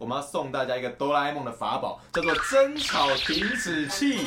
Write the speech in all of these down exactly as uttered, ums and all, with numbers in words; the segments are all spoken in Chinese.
们要送大家一个哆啦 A 梦的法宝，叫做争吵停止器。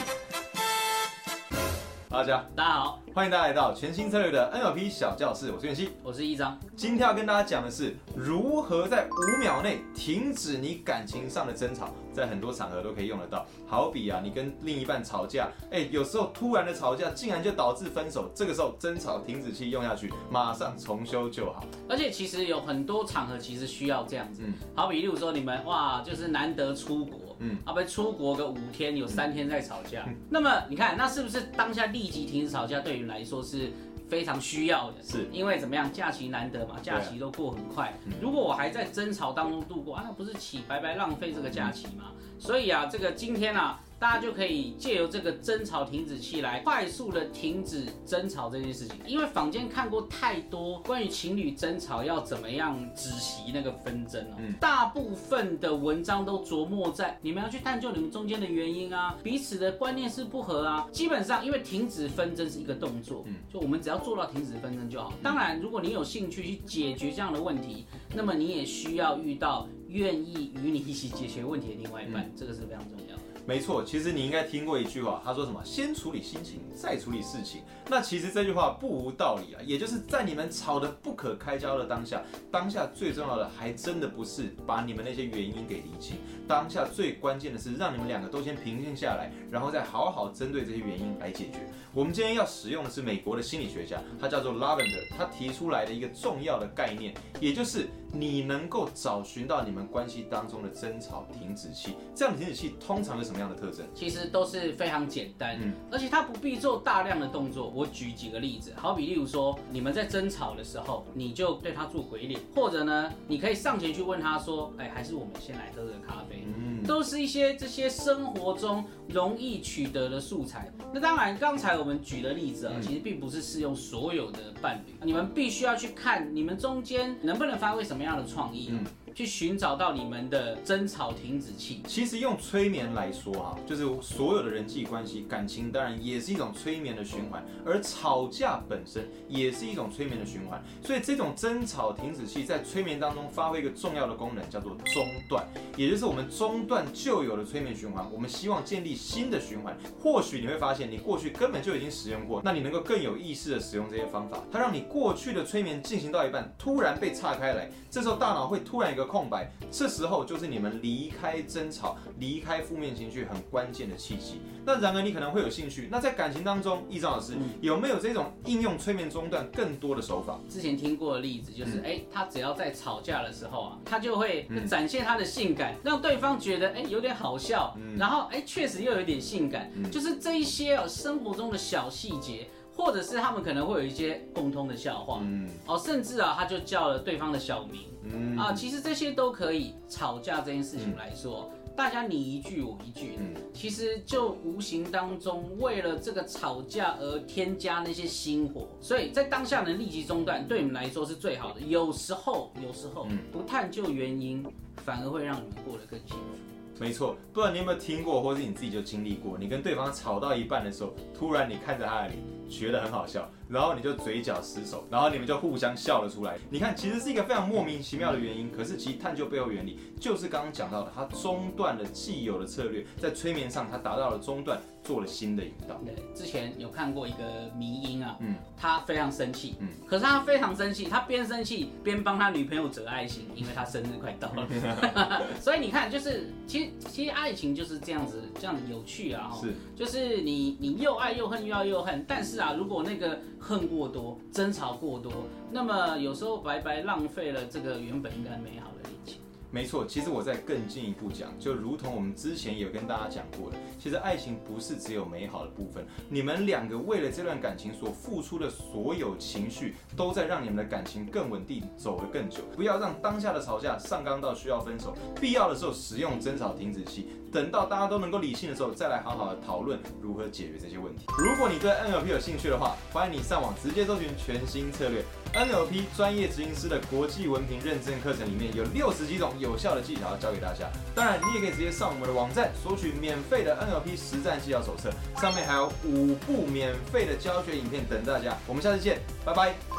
大家， 大家好， 欢迎大家来到全新策略的 N L P 小教室，我是元熙， 我是一章。 今天要跟大家讲的是如何在五秒内停止你感情上的争吵，在很多场合都可以用得到。好比啊，你跟另一半吵架，哎，有时候突然的吵架竟然就导致分手，这个时候争吵停止器用下去，马上重修就好。 而且其实有很多场合其实需要这样子， 嗯、 好比例如说你们哇，就是难得出国，嗯，啊不出国个五天，有三天在吵架，嗯、那么你看，那是不是当下立即停止吵架，对于你来说是非常需要的？ 是， 因为怎么样，假期难得嘛，假期都过很快，嗯、如果我还在争吵当中度过啊，那不是岂白白浪费这个假期吗？所以啊，这个今天啊。大家就可以借由这个争吵停止器来快速的停止争吵这件事情，因为坊间看过太多关于情侣争吵要怎么样止息那个纷争哦，嗯、大部分的文章都琢磨在你们要去探究你们中间的原因啊，彼此的观念是不合啊。基本上，因为停止纷争是一个动作，嗯、就我们只要做到停止纷争就好。当然，如果你有兴趣去解决这样的问题，那么你也需要遇到愿意与你一起解决问题的另外一半，嗯、这个是非常重要的。 没错，其实你应该听过一句话，他说什么？先处理心情，再处理事情。那其实这句话不无道理啊，也就是在你们吵得不可开交的当下，当下最重要的还真的不是把你们那些原因给理清，当下最关键的是让你们两个都先平静下来，然后再好好针对这些原因来解决。我们今天要使用的是美国的心理学家，他叫做 Lavender， 他提出来的一个重要的概念，也就是你能够找寻到你们关系当中的争吵停止器。这样的停止器通常是什么样的特征？ 其实都是非常简单，嗯、而且它不必做大量的动作。我举几个例子，好比例如说，你们在争吵的时候，你就对他做鬼脸，或者呢，你可以上前去问他说：“哎，还是我们先来喝个咖啡。嗯”都是一些这些生活中容易取得的素材。那当然，刚才我们举的例子啊，嗯、其实并不是适用所有的伴侣，你们必须要去看你们中间能不能发挥什么样的创意。嗯去寻找到你们的争吵停止器。 其实用催眠来说啊，就是所有的人际关系、感情，当然也是一种催眠的循环，而吵架本身也是一种催眠的循环。所以这种争吵停止器在催眠当中发挥一个重要的功能，叫做中断，也就是我们中断旧有的催眠循环，我们希望建立新的循环。或许你会发现，你过去根本就已经使用过，那你能够更有意识的使用这些方法，它让你过去的催眠进行到一半，突然被岔开来，这时候大脑会突然有一个空白，这时候就是你们离开争吵、离开负面情绪很关键的契机。那然而你可能会有兴趣，那在感情当中，易章老师、嗯、有没有这种应用催眠中断更多的手法？ 之前听过的例子就是，哎、嗯，他只要在吵架的时候啊，他就会展现他的性感，嗯、让对方觉得哎有点好笑，嗯、然后哎确实又有点性感，嗯、就是这一些哦生活中的小细节。或者是他们可能会有一些共通的笑话，嗯，哦，甚至啊，他就叫了对方的小名，嗯啊，其实这些都可以。吵架这件事情来说，嗯、大家你一句我一句的，嗯、其实就无形当中为了这个吵架而添加那些心火，所以在当下能立即中断，对你们来说是最好的。有时候，有时候、嗯、不探究原因，反而会让你们过得更幸福。 没错，不知道你有没有听过，或是你自己就经历过，你跟对方吵到一半的时候，突然你看着他的脸，觉得很好笑，然后你就嘴角失手，然后你们就互相笑了出来。你看，其实是一个非常莫名其妙的原因，可是其实探究背后原理，就是刚刚讲到的，它中断了既有的策略，在催眠上它达到了中断，做了新的引导。 对，之前有看过一个迷因啊，嗯，他非常生气，嗯，可是他非常生气，他边生气边帮他女朋友折爱心，因为他生日快到了。所以你看，就是其实其实爱情就是这样子，这样有趣啊，是，就是你你又爱又恨又爱又恨，但是啊，如果那个恨过多，争吵过多，那么有时候白白浪费了这个原本应该美好的恋情。 没错，其实我再更进一步讲，就如同我们之前有跟大家讲过的，其实爱情不是只有美好的部分，你们两个为了这段感情所付出的所有情绪，都在让你们的感情更稳定，走得更久。不要让当下的吵架上纲到需要分手，必要的时候使用争吵停止器，等到大家都能够理性的时候，再来好好的讨论如何解决这些问题。如果你对 N L P 有兴趣的话，欢迎你上网直接搜寻全新策略。N L P 专业执行师的国际文凭认证课程里面有六十几种有效的技巧要教给大家。当然，你也可以直接上我们的网站索取免费的 N L P 实战技巧手册，上面还有五部免费的教学影片等大家。我们下次见，拜拜。